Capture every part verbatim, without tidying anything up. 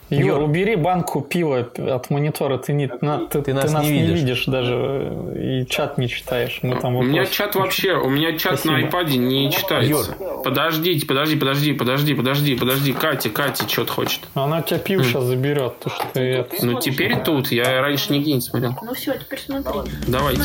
Юр, Юр, убери банку пива от монитора, ты, не, на, ты, ты, нас, ты нас не, видишь. не видишь даже, и чат не читаешь. Мы там у меня чат вообще, у меня чат Спасибо. на айпаде не читается. Юр. Подождите, подожди, подожди, подожди, подожди, подожди, Катя, Катя что-то хочет. Она у тебя пиво mm. сейчас заберет. То, что ты это... Ну теперь тут, я раньше нигде не смотрел. Ну все, теперь смотри. Давайте.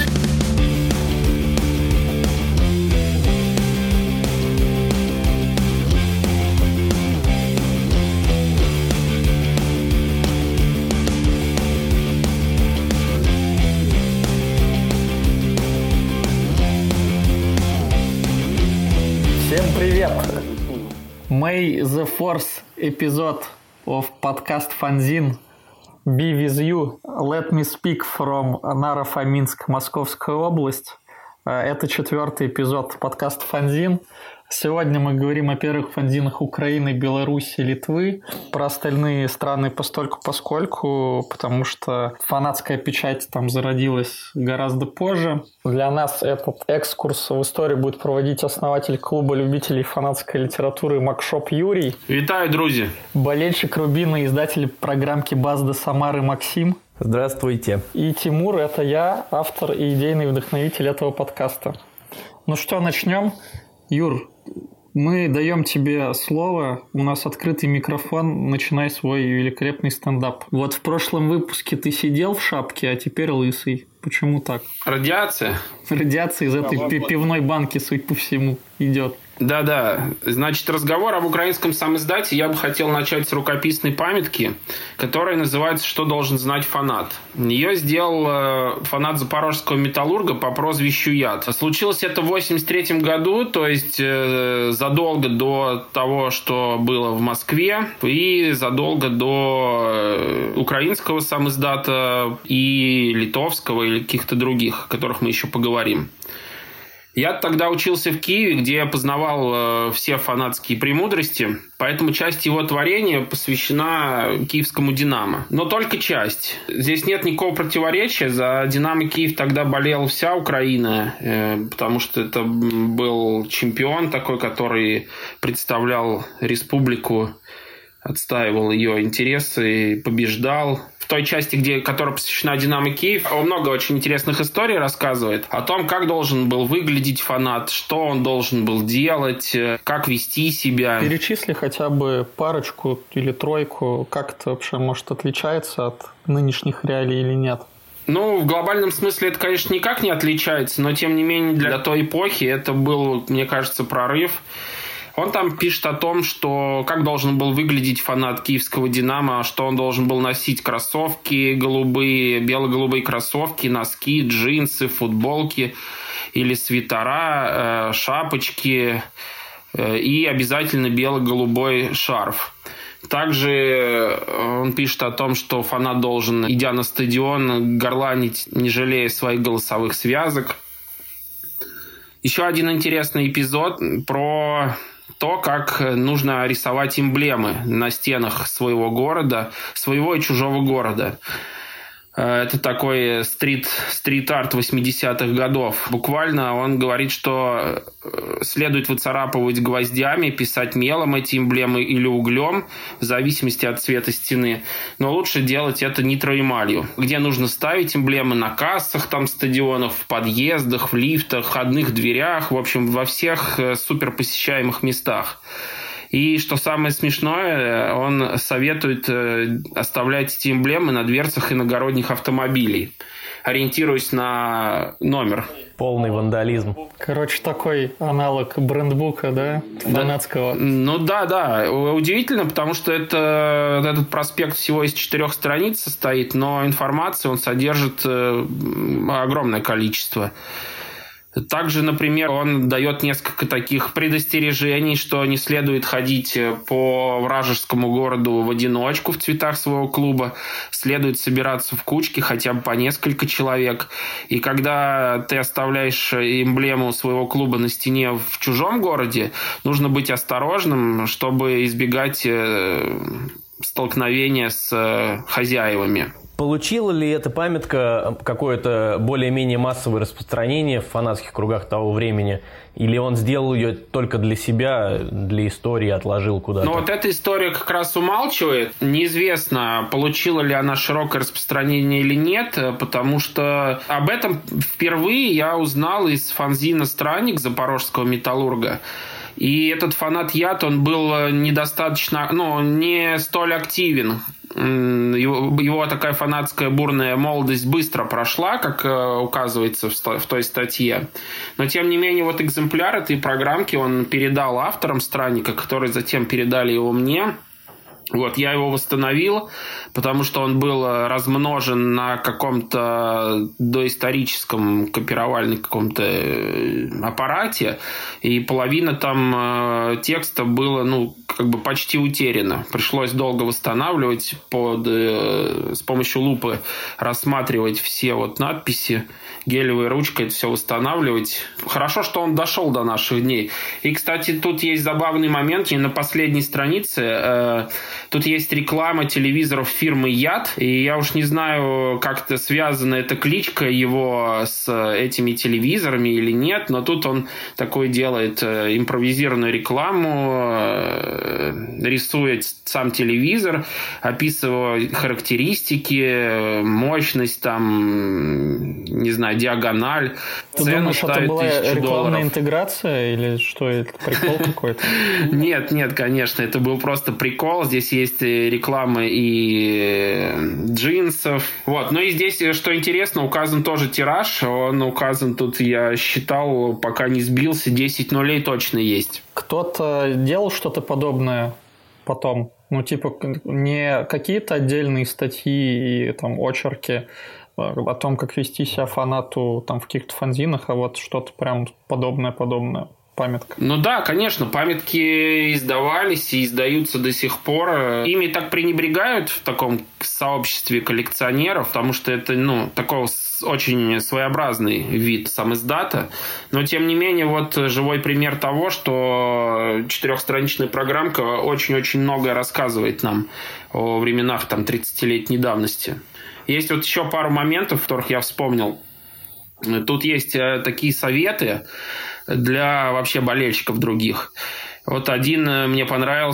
May the fourth episode of podcast Fanzine be with you. Let me speak from Наро-Фоминск, Московская область. Это четвертый эпизод подкаста Fanzine. Сегодня мы говорим о первых фанзинах Украины, Беларуси, Литвы. Про остальные страны постольку-поскольку, потому что фанатская печать там зародилась гораздо позже. Для нас этот экскурс в историю будет проводить основатель клуба любителей фанатской литературы Макшоп Юрий. Витаю, друзья! Болельщик Рубина, издатель программки Базда Самары Максим. Здравствуйте! И Тимур, это я, автор и идейный вдохновитель этого подкаста. Ну что, начнем? Юр, мы даем тебе слово, у нас открытый микрофон, начинай свой великолепный стендап. Вот в прошлом выпуске ты сидел в шапке, а теперь лысый. Почему так? Радиация. Радиация из этой пи- пивной банки, судя по всему, идет. Да-да. Значит, разговор об украинском самиздате я бы хотел начать с рукописной памятки, которая называется «Что должен знать фанат». Ее сделал фанат запорожского металлурга по прозвищу Яд. Случилось это в восемьдесят третьем году, то есть задолго до того, что было в Москве, и задолго до украинского самиздата и литовского, или каких-то других, о которых мы еще поговорим. Я тогда учился в Киеве, где я познавал э, все фанатские премудрости, поэтому часть его творения посвящена киевскому «Динамо». Но только часть. Здесь нет никакого противоречия. За «Динамо» Киев тогда болела вся Украина, э, потому что это был чемпион такой, который представлял республику, отстаивал ее интересы, побеждал. В той части, где, которая посвящена «Динамо Киев», он много очень интересных историй рассказывает о том, как должен был выглядеть фанат, что он должен был делать, как вести себя. Перечисли хотя бы парочку или тройку, как это вообще может отличается от нынешних реалий или нет? Ну, в глобальном смысле это, конечно, никак не отличается, но, тем не менее, для той эпохи это был, мне кажется, прорыв. Он там пишет о том, что как должен был выглядеть фанат киевского «Динамо», что он должен был носить кроссовки голубые, бело-голубые кроссовки, носки, джинсы, футболки или свитера, шапочки и обязательно бело-голубой шарф. Также он пишет о том, что фанат должен, идя на стадион, горланить, не жалея своих голосовых связок. Еще один интересный эпизод про то, как нужно рисовать эмблемы на стенах своего города, своего и чужого города. Это такой стрит, стрит-арт восьмидесятых годов. Буквально он говорит, что следует выцарапывать гвоздями, писать мелом эти эмблемы или углем, в зависимости от цвета стены. Но лучше делать это нитроэмалью, где нужно ставить эмблемы на кассах там, стадионов, в подъездах, в лифтах, входных дверях, в общем, во всех суперпосещаемых местах. И что самое смешное, он советует оставлять эти эмблемы на дверцах иногородних автомобилей, ориентируясь на номер. Полный вандализм. Короче, такой аналог брендбука, да, фанатского. Да, ну да, да. Удивительно, потому что это, этот проспект всего из четырех страниц состоит, но информации он содержит огромное количество. Также, например, он дает несколько таких предостережений, что не следует ходить по вражескому городу в одиночку в цветах своего клуба, следует собираться в кучки, хотя бы по несколько человек. И когда ты оставляешь эмблему своего клуба на стене в чужом городе, нужно быть осторожным, чтобы избегать столкновения с хозяевами. Получила ли эта памятка какое-то более-менее массовое распространение в фанатских кругах того времени? Или он сделал ее только для себя, для истории, отложил куда-то? Ну вот эта история как раз умалчивает. Неизвестно, получила ли она широкое распространение или нет, потому что об этом впервые я узнал из фанзина «Странник» запорожского металлурга. И этот фанат Яд, он был недостаточно, ну, не столь активен. Его, его такая фанатская бурная молодость быстро прошла, как указывается в, в той статье. Но, тем не менее, вот экземпляр этой программки он передал авторам «Странника», которые затем передали его мне. Вот, я его восстановил, потому что он был размножен на каком-то доисторическом копировальном каком-то аппарате, и половина там текста было, ну, как бы почти утеряна. Пришлось долго восстанавливать, под, с помощью лупы рассматривать все вот надписи, гелевой ручкой это все восстанавливать. Хорошо, что он дошел до наших дней. И, кстати, тут есть забавный момент. На последней странице э, тут есть реклама телевизоров фирмы Яд. И я уж не знаю, как-то связана эта кличка его с этими телевизорами или нет, но тут он такой делает э, импровизированную рекламу, э, рисует сам телевизор, описывая характеристики, мощность, там, не знаю, диагональ. Ты Цену думаешь, это была рекламная долларов. Интеграция или что это? Прикол какой-то? Нет, нет, конечно, это был просто прикол. Здесь есть реклама и джинсов. Вот. Но и здесь, что интересно, указан тоже тираж. Он указан тут, я считал, пока не сбился, десять нулей точно есть. Кто-то делал что-то подобное потом? Ну, типа, не какие-то отдельные статьи и там очерки о том, как вести себя фанату там в каких-то фанзинах, а вот что-то прям подобное-подобное. Памятка. Ну да, конечно, памятки издавались и издаются до сих пор. Ими так пренебрегают в таком сообществе коллекционеров, потому что это, ну, такой очень своеобразный вид самиздата. Но, тем не менее, вот живой пример того, что четырехстраничная программка очень-очень многое рассказывает нам о временах там тридцатилетней давности. Есть вот еще пару моментов, которых я вспомнил. Тут есть такие советы для вообще болельщиков других. Вот один мне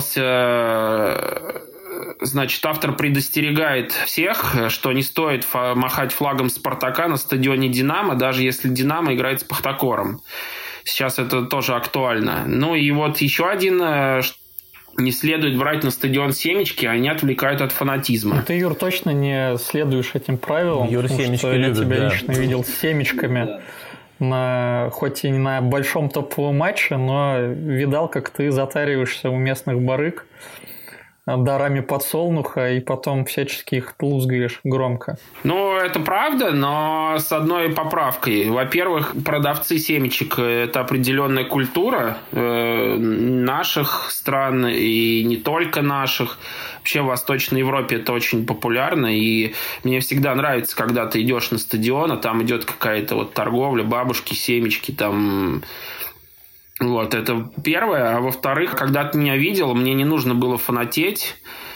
понравился. Значит, автор предостерегает всех, что не стоит махать флагом «Спартака» на стадионе «Динамо», даже если «Динамо» играет с «Пахтакором». Сейчас это тоже актуально. Ну и вот еще один... Не следует брать на стадион семечки, они отвлекают от фанатизма. Ты, Юр, точно не следуешь этим правилам? Юр, семечки я любит, тебя да. лично видел с семечками. На, хоть и не на большом топовом матче, но видал, как ты затариваешься у местных барыг дарами подсолнуха и потом всячески их лузгаешь громко. Ну, это правда, но с одной поправкой. Во-первых, продавцы семечек – это определенная культура э, наших стран и не только наших. Вообще в Восточной Европе это очень популярно, и мне всегда нравится, когда ты идешь на стадион, а там идет какая-то вот торговля, бабушки, семечки, там... Вот, это первое. А во-вторых, когда ты меня видел, мне не нужно было фанатеть.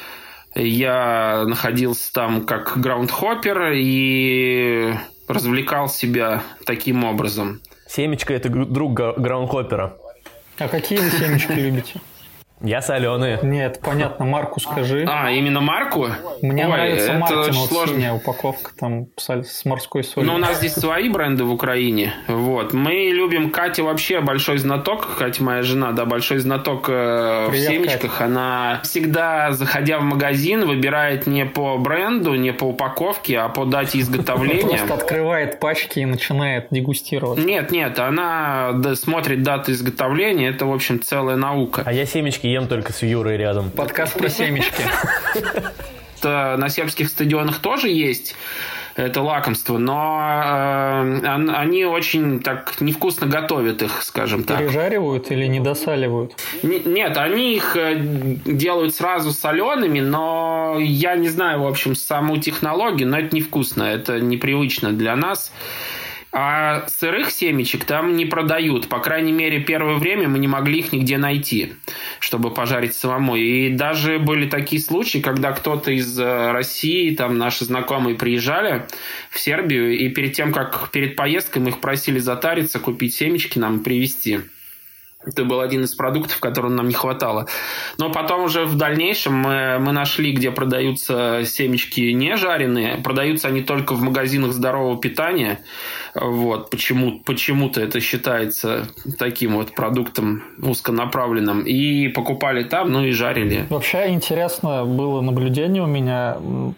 Я находился там как граундхоппер и развлекал себя таким образом. Семечка – это друг граундхоппера. А какие вы семечки любите? Я соленые. Нет, понятно, марку скажи. А, именно марку? Мне Ой, нравится Мартин, вот сложно. синяя упаковка там с морской солью. Ну, у нас здесь свои бренды в Украине. Вот. Мы любим, Катя вообще большой знаток, Катя моя жена, да, большой знаток э, в семечках. Катя. Она всегда, заходя в магазин, выбирает не по бренду, не по упаковке, а по дате изготовления. Просто открывает пачки и начинает дегустировать. Нет, нет, она смотрит дату изготовления, это, в общем, целая наука. А я семечки ем только с Юрой рядом. Подкаст про семечки. На сербских стадионах тоже есть это лакомство, но э, они очень так невкусно готовят их, скажем так. Пережаривают или не досаливают? Н- нет, они их делают сразу солеными, но я не знаю, в общем, саму технологию, но это невкусно, это непривычно для нас. А сырых семечек там не продают. По крайней мере, первое время мы не могли их нигде найти, чтобы пожарить самому. И даже были такие случаи, когда кто-то из России, там наши знакомые приезжали в Сербию, и перед тем, как перед поездкой мы их просили затариться, купить семечки нам и привезти. Это был один из продуктов, которого нам не хватало. Но потом уже в дальнейшем мы, мы нашли, где продаются семечки не жареные. Продаются они только в магазинах здорового питания. Вот. Почему, почему-то это считается таким вот продуктом узконаправленным. И покупали там, ну и жарили. Вообще интересно было наблюдение у меня.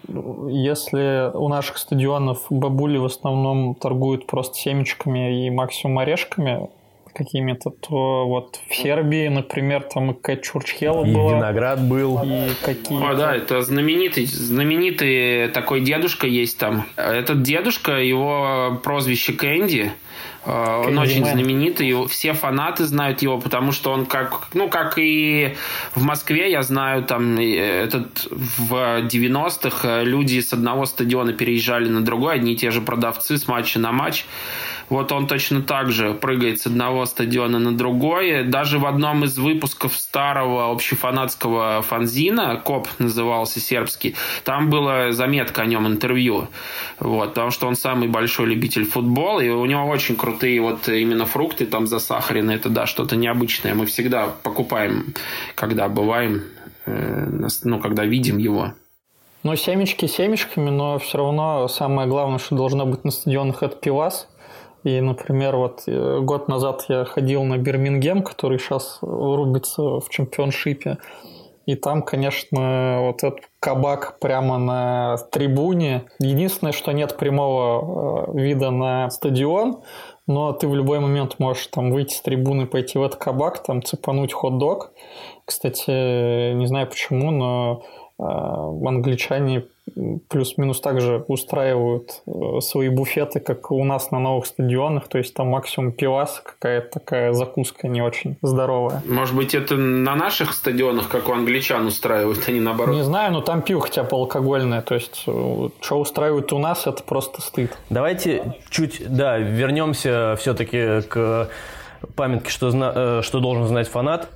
Если у наших стадионов бабули в основном торгуют просто семечками и максимум орешками какими-то, то вот в Сербии, например, там и какая Чурчхела была. И виноград был. И какие-то... О, да, это знаменитый, знаменитый такой дедушка есть там. Этот дедушка, его прозвище Кэнди. Он Кэнди очень Мэн. знаменитый, все фанаты знают его, потому что он как, ну, как и в Москве, я знаю, там этот в девяностых люди с одного стадиона переезжали на другой, одни и те же продавцы с матча на матч. Вот он точно так же прыгает с одного стадиона на другой. Даже в одном из выпусков старого общефанатского фанзина, КОП назывался, сербский, там была заметка о нем, интервью. Вот, потому что он самый большой любитель футбола, и у него очень крутые вот именно фрукты там засахарены. Это, да, что-то необычное. Мы всегда покупаем, когда бываем, ну, когда видим его. Ну, семечки семечками, но все равно самое главное, что должно быть на стадионах, это пивас. И, например, вот год назад я ходил на Бирмингем, который сейчас рубится в чемпионшипе. И там, конечно, вот этот кабак прямо на трибуне. Единственное, что нет прямого вида на стадион, но ты в любой момент можешь там выйти с трибуны, пойти в этот кабак, там цепануть хот-дог. Кстати, не знаю почему, но англичане плюс-минус также устраивают свои буфеты, как у нас на новых стадионах, то есть там максимум пивас, какая-то такая закуска не очень здоровая. Может быть, это на наших стадионах, как у англичан, устраивают, а не наоборот? Не знаю, но там пиво хотя бы алкогольное, то есть что устраивают у нас, это просто стыд. Давайте чуть, да, вернемся все-таки к памятке, что, что должен знать фанат.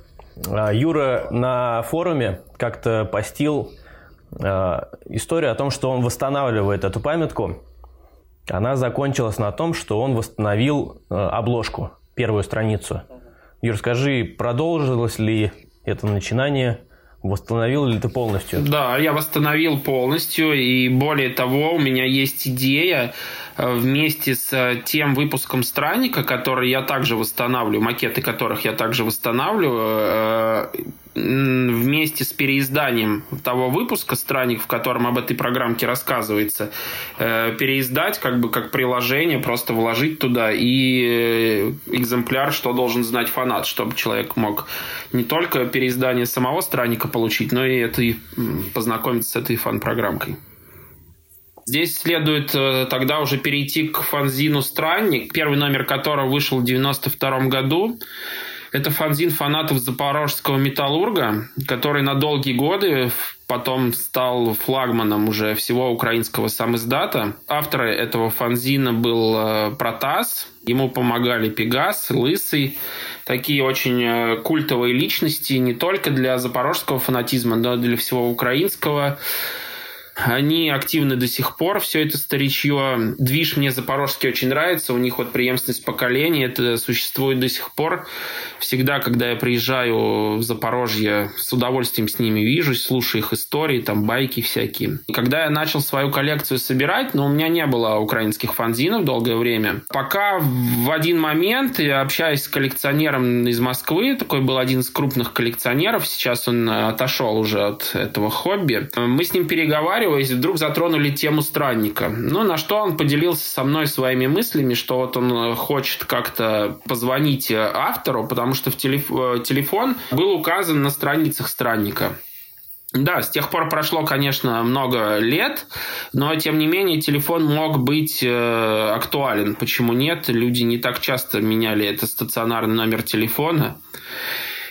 Юра на форуме как-то постил историю о том, что он восстанавливает эту памятку. Она закончилась на том, что он восстановил обложку, первую страницу. Юр, скажи, продолжилось ли это начинание? Восстановил ли ты полностью? Да, я восстановил полностью. И более того, у меня есть идея вместе с тем выпуском странника, который я также восстанавливаю, макеты которых я также восстанавливаю, вместе с переизданием того выпуска странник, в котором об этой программке рассказывается, переиздать как бы как приложение, просто вложить туда и экземпляр, что должен знать фанат, чтобы человек мог не только переиздание самого странника получить, но и это, познакомиться с этой фан-программкой. Здесь следует тогда уже перейти к фанзину «Странник», первый номер которого вышел в девяносто втором году. Это фанзин фанатов запорожского «Металлурга», который на долгие годы потом стал флагманом уже всего украинского самиздата. Автором этого фанзина был Протас. Ему помогали Пегас, Лысый. Такие очень культовые личности не только для запорожского фанатизма, но и для всего украинского. Они активны до сих пор, все это старичье. Движ мне запорожский очень нравится, у них вот преемственность поколений, это существует до сих пор. Всегда, когда я приезжаю в Запорожье, с удовольствием с ними вижусь, слушаю их истории, там байки всякие. И когда я начал свою коллекцию собирать, но у меня не было украинских фанзинов долгое время, пока в один момент, я общаюсь с коллекционером из Москвы, такой был один из крупных коллекционеров, сейчас он отошел уже от этого хобби, мы с ним переговаривали, и вдруг затронули тему странника. Ну, на что он поделился со мной своими мыслями, что вот он хочет как-то позвонить автору, потому что в телеф- телефон был указан на страницах странника. Да, с тех пор прошло, конечно, много лет, но, тем не менее, телефон мог быть э, актуален. Почему нет? Люди не так часто меняли этот стационарный номер телефона.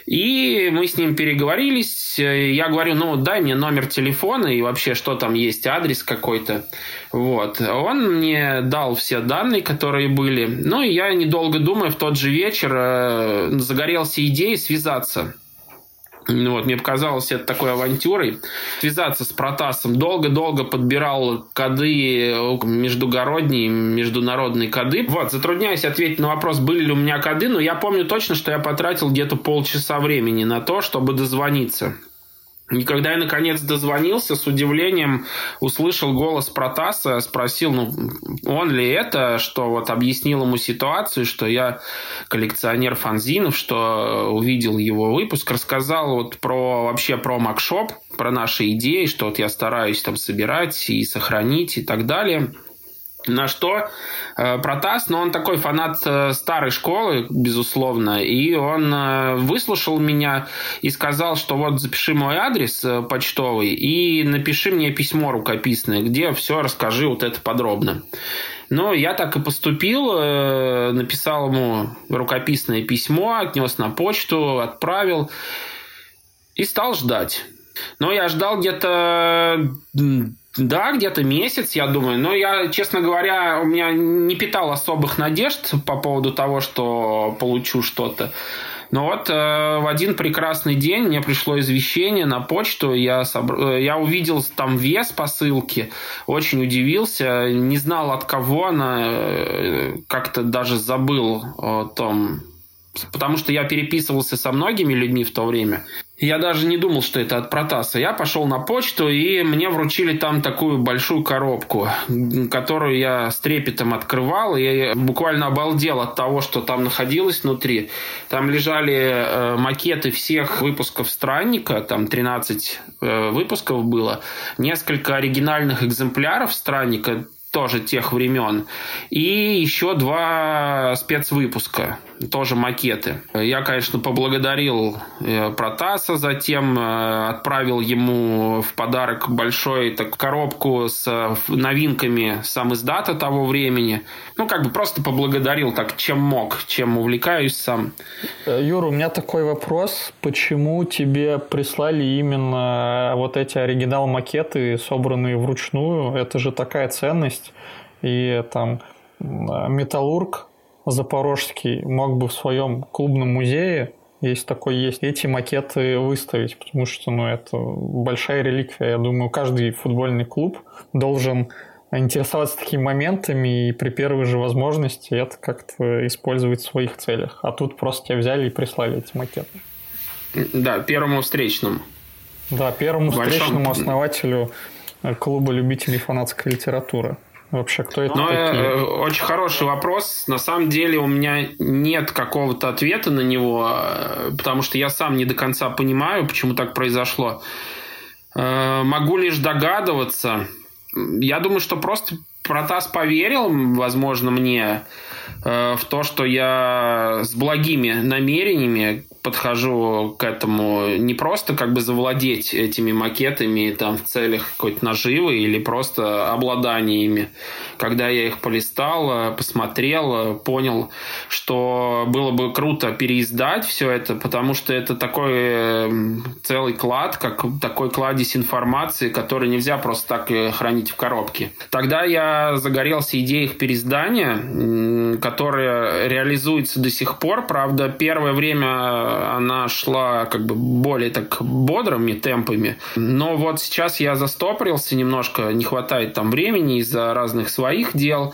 И мы с ним переговорились. Я говорю, ну, дай мне номер телефона и вообще, что там есть, адрес какой-то. Вот. Он мне дал все данные, которые были. Ну, и я, недолго думая, в тот же вечер загорелся идеей связаться. Вот, мне показалось это такой авантюрой. Связаться с Протасом. Долго-долго подбирал коды междугородние, международные коды. Вот, затрудняюсь ответить на вопрос, были ли у меня коды, но я помню точно, что я потратил где-то полчаса времени на то, чтобы дозвониться. И когда я, наконец, дозвонился, с удивлением услышал голос Протаса, спросил, ну, он ли это, что вот объяснил ему ситуацию, что я коллекционер фанзинов, что увидел его выпуск, рассказал вот про, вообще про Макшоп, про наши идеи, что вот я стараюсь там собирать и сохранить и так далее. На что э, Протас, но он такой фанат э, старой школы, безусловно, и он э, выслушал меня и сказал, что вот запиши мой адрес э, почтовый и напиши мне письмо рукописное, где все расскажи вот это подробно. Но я так и поступил, э, написал ему рукописное письмо, отнес на почту, отправил и стал ждать. Но я ждал где-то... Да, где-то месяц, я думаю. Но я, честно говоря, у меня не питал особых надежд по поводу того, что получу что-то. Но вот э, в один прекрасный день мне пришло извещение на почту. Я, собр... я увидел там вес посылки, очень удивился. Не знал, от кого она, э, как-то даже забыл о том... Потому что я переписывался со многими людьми в то время. Я даже не думал, что это от Протаса. Я пошел на почту, и мне вручили там такую большую коробку, которую я с трепетом открывал. И я буквально обалдел от того, что там находилось внутри. Там лежали э, макеты всех выпусков «Странника». Там тринадцать э, выпусков было. Несколько оригинальных экземпляров «Странника», тоже тех времен. И еще два спецвыпуска, тоже макеты. Я, конечно, поблагодарил Протаса, затем отправил ему в подарок большую так, коробку с новинками сам издата того времени. Ну, как бы просто поблагодарил так, чем мог, чем увлекаюсь сам. Юра, у меня такой вопрос. Почему тебе прислали именно вот эти оригинал-макеты, собранные вручную? Это же такая ценность. И там Металлург Запорожский мог бы в своем клубном музее, если такой есть, эти макеты выставить, потому что ну, это большая реликвия. Я думаю, каждый футбольный клуб должен интересоваться такими моментами и при первой же возможности это как-то использовать в своих целях. А тут просто тебя взяли и прислали эти макеты. Да, первому встречному. Да, первому Большом... встречному основателю клуба любителей фанатской литературы. Вообще, кто это Но, такие? э, очень хороший вопрос. На самом деле у меня нет какого-то ответа на него, потому что я сам не до конца понимаю, почему так произошло. Э, могу лишь догадываться. Я думаю, что просто Протас поверил, возможно, мне э, в то, что я с благими намерениями подхожу к этому не просто как бы завладеть этими макетами там, в целях какой-то наживы или просто обладания ими. Когда я их полистал, посмотрел, понял, что было бы круто переиздать все это, потому что это такой целый клад, как такой кладезь информации, который нельзя просто так хранить в коробке. Тогда я загорелся идеей их переиздания, которая реализуется до сих пор. Правда, первое время она шла как бы более так бодрыми темпами. Но вот сейчас я застопорился немножко, не хватает там времени из-за разных своих дел.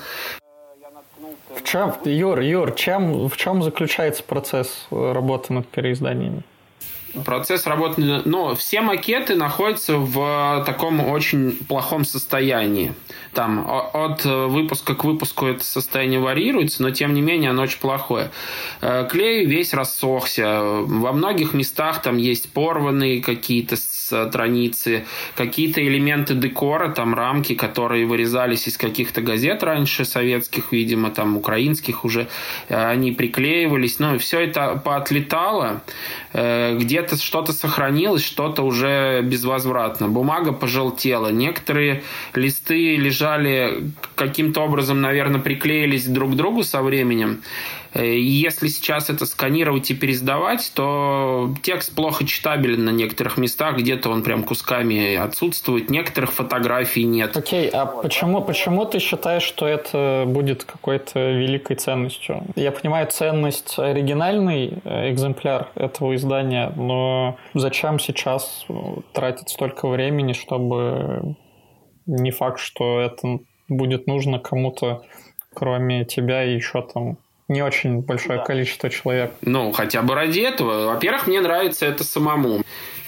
В чем, Юр, Юр, чем, в чем заключается процесс работы над переизданиями? Процесс работы... Ну, все макеты находятся в таком очень плохом состоянии. Там от выпуска к выпуску это состояние варьируется, но тем не менее оно очень плохое. Клей весь рассохся. Во многих местах там есть порванные какие-то страницы, какие-то элементы декора, там рамки, которые вырезались из каких-то газет раньше, советских, видимо, там украинских уже, они приклеивались. Ну, все это поотлетало. Где-то что-то сохранилось, что-то уже безвозвратно. Бумага пожелтела. Некоторые листы лежали каким-то образом, наверное, приклеились друг к другу со временем. Если сейчас это сканировать и пересдавать, то текст плохо читабелен на некоторых местах, где-то он прям кусками отсутствует, некоторых фотографий нет. Окей, а почему, почему ты считаешь, что это будет какой-то великой ценностью? Я понимаю ценность оригинальный экземпляр этого издания, но зачем сейчас тратить столько времени, чтобы не факт, что это будет нужно кому-то, кроме тебя и еще там не очень большое да. количество человек. Ну, хотя бы ради этого. Во-первых, мне нравится это самому.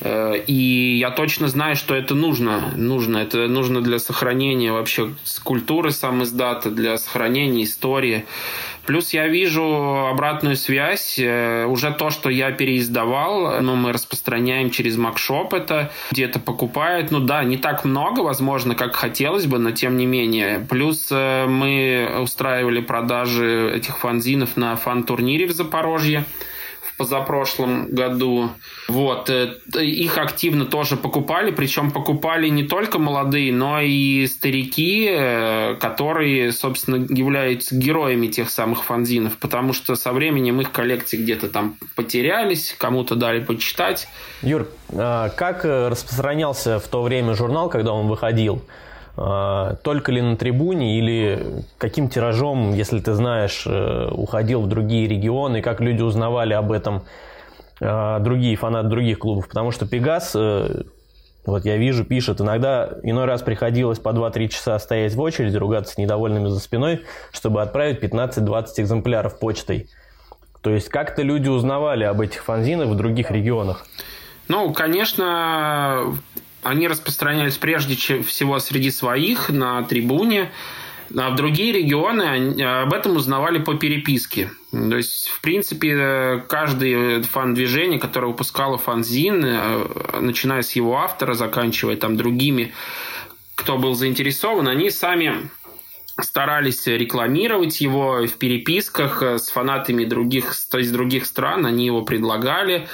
И я точно знаю, что это нужно. Нужно. Это нужно для сохранения вообще культуры сам издата, для сохранения истории. Плюс я вижу обратную связь. Уже то, что я переиздавал, ну, мы распространяем через Макшоп это, где-то покупают. Ну да, не так много, возможно, как хотелось бы, но тем не менее. Плюс мы устраивали продажи этих фанзинов на фан-турнире в Запорожье в позапрошлом году. Вот. Их активно тоже покупали, причем покупали не только молодые, но и старики, которые, собственно, являются героями тех самых фанзинов, потому что со временем их коллекции где-то там потерялись, кому-то дали почитать. Юр, как распространялся в то время журнал, когда он выходил? Только ли на трибуне или каким тиражом, если ты знаешь, уходил в другие регионы, как люди узнавали об этом, другие фанаты других клубов? Потому что Пегас, вот я вижу, пишет, иногда, иной раз приходилось по два-три часа стоять в очереди, ругаться с недовольными за спиной, чтобы отправить пятнадцать-двадцать экземпляров почтой. То есть как-то люди узнавали об этих фанзинах в других регионах? Ну, конечно, они распространялись прежде всего среди своих на трибуне, а в другие регионы об этом узнавали по переписке. То есть, в принципе, каждое фан-движение, которое выпускало фанзин, начиная с его автора, заканчивая там другими, кто был заинтересован, они сами старались рекламировать его в переписках с фанатами других, из других стран, они его предлагали.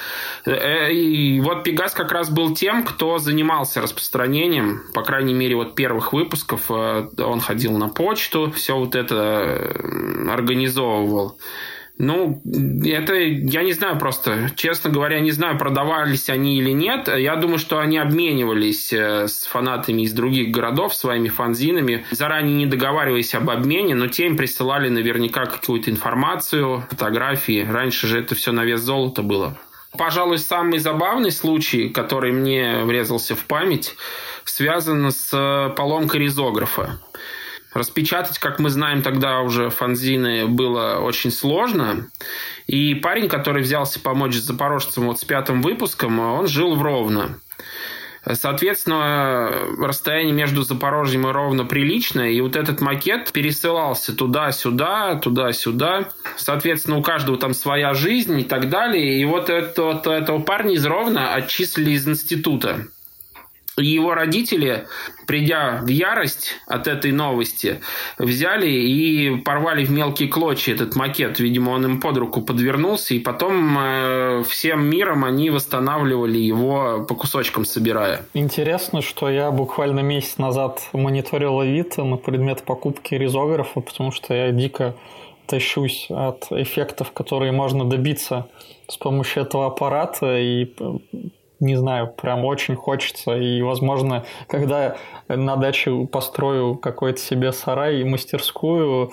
И вот Пегас как раз был тем, кто занимался распространением, по крайней мере, вот первых выпусков. Он ходил на почту, все вот это организовывал. Ну, это, я не знаю просто, честно говоря, не знаю, продавались они или нет. Я думаю, что они обменивались с фанатами из других городов своими фанзинами, заранее не договариваясь об обмене, но те им присылали наверняка какую-то информацию, фотографии. Раньше же это все на вес золота было. Пожалуй, самый забавный случай, который мне врезался в память, связан с поломкой ризографа. Распечатать, как мы знаем, тогда уже фанзины было очень сложно. И парень, который взялся помочь запорожцам вот с пятым выпуском, он жил в Ровно. Соответственно, расстояние между Запорожьем и Ровно приличное, и вот этот макет пересылался туда-сюда, туда-сюда. Соответственно, у каждого там своя жизнь и так далее. И вот этого, этого парня из Ровно отчислили из института. И его родители, придя в ярость от этой новости, взяли и порвали в мелкие клочья этот макет. Видимо, он им под руку подвернулся, и потом э, всем миром они восстанавливали его, по кусочкам собирая. Интересно, что я буквально месяц назад мониторил Авито на предмет покупки ризографа, потому что я дико тащусь от эффектов, которые можно добиться с помощью этого аппарата, и не знаю, прям очень хочется. И, возможно, когда на даче построю какой-то себе сарай и мастерскую,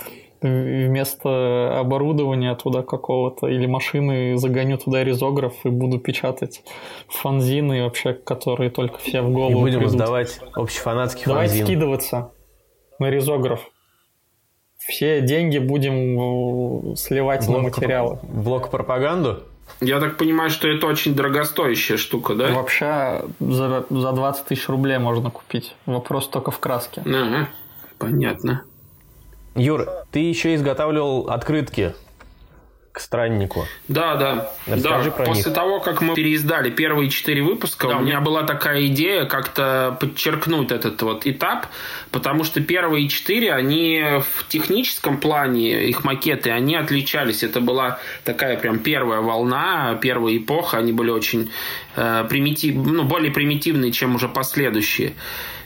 вместо оборудования туда какого-то или машины загоню туда ризограф и буду печатать фанзины вообще, которые только все в голову и будем придут. Сдавать общефанатский Давай фанзин. Давай скидываться на ризограф. Все деньги будем сливать блок, на материалы. Блок пропаганду? Я так понимаю, что это очень дорогостоящая штука, да? Вообще за, за двадцать тысяч рублей можно купить. Вопрос только в краске. Ага, понятно. Юр, ты еще изготавливал открытки к страннику. Да, да. Расскажи да. про После них. того, как мы переиздали первые четыре выпуска, да, у меня была такая идея как-то подчеркнуть этот вот этап, потому что первые четыре, они в техническом плане, их макеты, они отличались. Это была такая прям первая волна, первая эпоха, они были очень э, примитив... ну, более примитивные, чем уже последующие.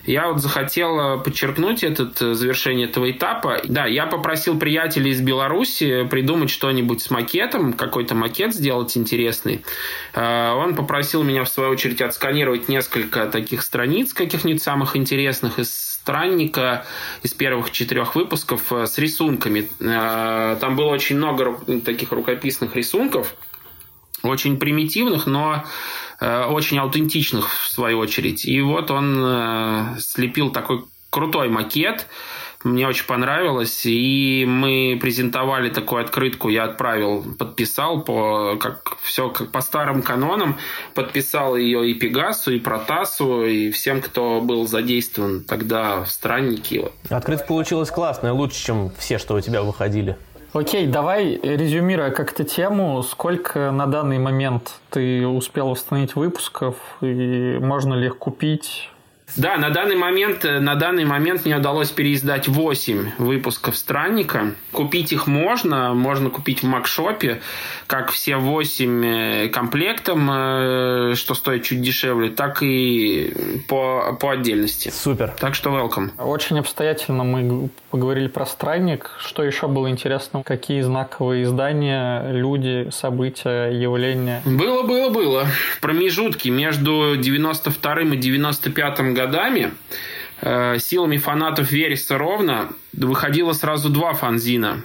Я вот захотел подчеркнуть это завершение этого этапа. Да, я попросил приятелей из Беларуси придумать что-нибудь с макетом, какой-то макет сделать интересный. Он попросил меня, в свою очередь, отсканировать несколько таких страниц, каких-нибудь самых интересных из странника, из первых четырех выпусков с рисунками. Там было очень много таких рукописных рисунков, очень примитивных, но очень аутентичных, в свою очередь. И вот он слепил такой крутой макет. Мне очень понравилось. И мы презентовали такую открытку. Я отправил, подписал по, как, все как по старым канонам. Подписал ее и Пегасу, и Протасу, и всем, кто был задействован тогда в страннике. Открытка получилась классная, лучше, чем все, что у тебя выходили. Окей, давай, резюмируя как-то тему, сколько на данный момент ты успел установить выпусков, и можно ли их купить? Да, на данный момент, на данный момент мне удалось переиздать восемь выпусков «Странника». Купить их можно, можно купить в Макшопе, как все восемь комплектом, что стоит чуть дешевле, так и по, по отдельности. Супер. Так что welcome. Очень обстоятельно мы поговорили про «Странник». Что еще было интересно? Какие знаковые издания, люди, события, явления? Было, было, было. Промежутки между девяносто вторым и девяносто пятым годами э, силами фанатов Вереса Ровно выходило сразу два фанзина.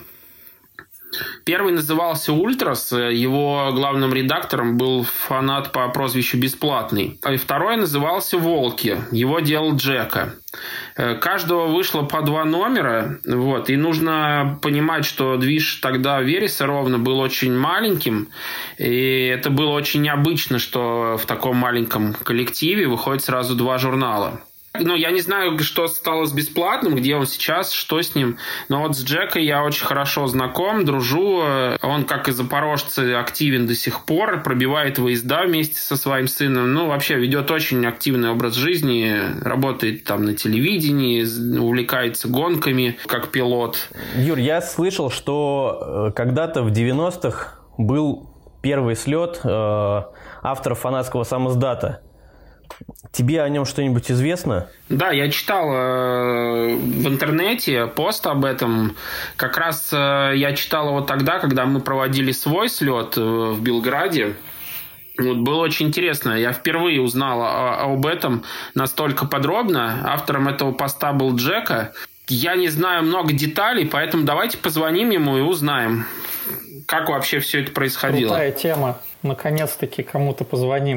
Первый назывался «Ультрас», его главным редактором был фанат по прозвищу «Бесплатный». А второй назывался «Волки», его делал Джека. Каждого вышло по два номера, вот, и нужно понимать, что движ тогда Вереса Ровно был очень маленьким, и это было очень необычно, что в таком маленьком коллективе выходит сразу два журнала. Ну, я не знаю, что стало с «Бесплатным», где он сейчас, что с ним. Но вот с Джекой я очень хорошо знаком, дружу. Он, как и запорожцы, активен до сих пор, пробивает выезда вместе со своим сыном. Ну, вообще ведет очень активный образ жизни, работает там на телевидении, увлекается гонками, как пилот. Юр, я слышал, что когда-то в девяностых был первый слет э, авторов фанатского самиздата. Тебе о нем что-нибудь известно? Да, я читал э, в интернете пост об этом. Как раз э, я читал его тогда, когда мы проводили свой слет э, в Белграде. Вот, было очень интересно. Я впервые узнал о, об этом настолько подробно. Автором этого поста был Джека. Я не знаю много деталей, поэтому давайте позвоним ему и узнаем, как вообще все это происходило. Крутая тема. Наконец-таки кому-то позвоним.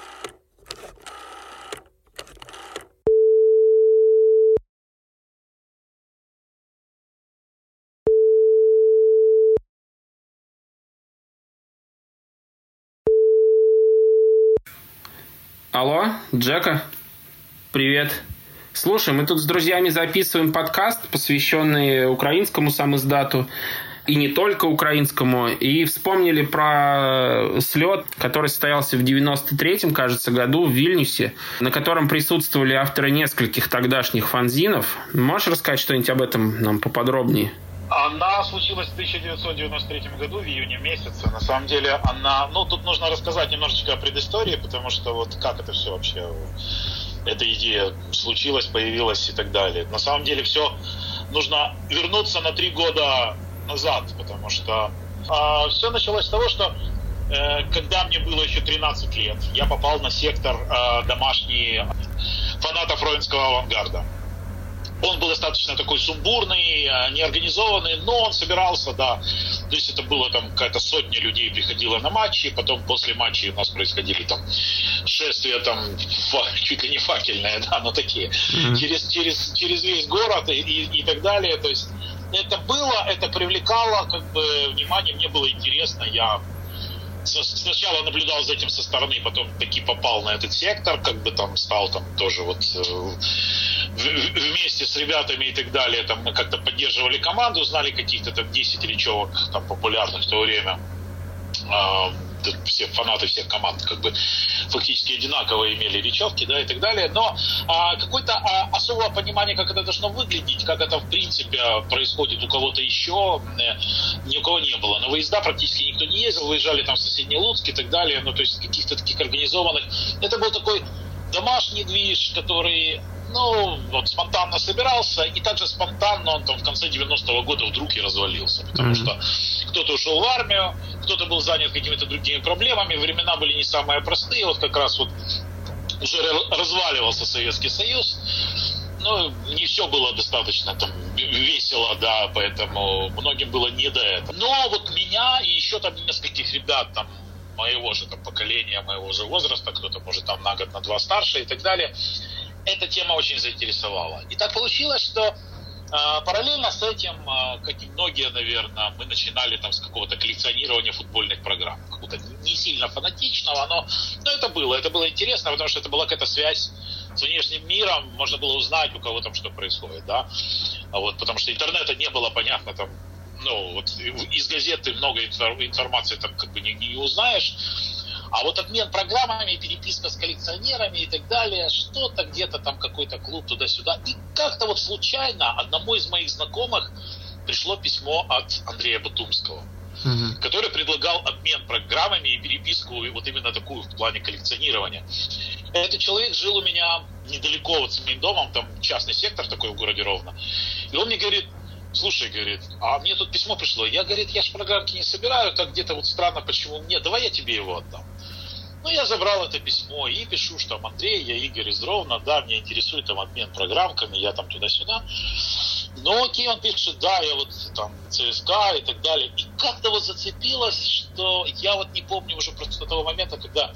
Алло, Джека, привет. Слушай, мы тут с друзьями записываем подкаст, посвященный украинскому самиздату, и не только украинскому, и вспомнили про слет, который состоялся в девяносто третьем, кажется, году в Вильнюсе, на котором присутствовали авторы нескольких тогдашних фанзинов. Можешь рассказать что-нибудь об этом нам поподробнее? Она случилась в тысяча девятьсот девяносто третьем году, в июне месяце. На самом деле она... Ну, тут нужно рассказать немножечко о предыстории, потому что вот как это все вообще... Эта идея случилась, появилась и так далее. На самом деле все... Нужно вернуться на три года назад, потому что... А, все началось с того, что э, когда мне было еще тринадцать лет, я попал на сектор э, домашний фанатов ровенского авангарда. Он был достаточно такой сумбурный, неорганизованный, но он собирался, да. То есть это было там какая-то сотня людей приходила на матчи, потом после матчей у нас происходили там шествия там чуть ли не факельные, да, но такие, mm-hmm. через, через, через весь город и, и, и так далее. То есть это было, это привлекало как бы внимание, мне было интересно, я сначала наблюдал за этим со стороны, потом таки попал на этот сектор, как бы там стал там тоже вот вместе с ребятами и так далее, там мы как-то поддерживали команду, знали каких-то там десять речевок там популярных в то время. Все фанаты всех команд как бы фактически одинаково имели речевки, да, и так далее, но а, какое-то а, особого понимания, как это должно выглядеть, как это в принципе происходит у кого-то еще, э, ни у кого не было. На выезда практически никто не ездил, выезжали там в соседний Луцк и так далее, ну, то есть каких-то таких организованных. Это был такой домашний движ, который, ну, вот спонтанно собирался, и также спонтанно он там в конце девяностого года вдруг и развалился, потому mm-hmm. что кто-то ушел в армию, кто-то был занят какими-то другими проблемами, времена были не самые простые, вот как раз вот уже разваливался Советский Союз, ну, не все было достаточно там весело, да, поэтому многим было не до этого. Но вот меня и еще там нескольких ребят там моего же там поколения, моего же возраста, кто-то может там на год, на два старше и так далее, эта тема очень заинтересовала. И так получилось, что э, параллельно с этим, э, как и многие, наверное, мы начинали там с какого-то коллекционирования футбольных программ. Какого-то не сильно фанатичного, но, но это было. Это было интересно, потому что это была какая-то связь с внешним миром, можно было узнать, у кого там что происходит, да. А вот, потому что интернета не было, понятно, там, ну, вот из газеты много информации там как бы не, не узнаешь. А вот обмен программами, переписка с коллекционерами и так далее, что-то где-то там какой-то клуб туда-сюда. И как-то вот случайно одному из моих знакомых пришло письмо от Андрея Батумского, mm-hmm. который предлагал обмен программами и переписку, и вот именно такую в плане коллекционирования. Этот человек жил у меня недалеко вот с моим домом, там частный сектор такой в городе Ровно. И он мне говорит: слушай, говорит, а мне тут письмо пришло. Я, говорит, я ж программки не собираю, так где-то вот странно, почему мне. Давай я тебе его отдам. Ну, я забрал это письмо и пишу, что там Андрей, я Игорь из Ровно, да, меня интересует там обмен программками, я там туда-сюда. Ну, окей, он пишет, да, я вот там ЦСКА и так далее. И как-то вот зацепилось, что я вот не помню уже просто того момента, когда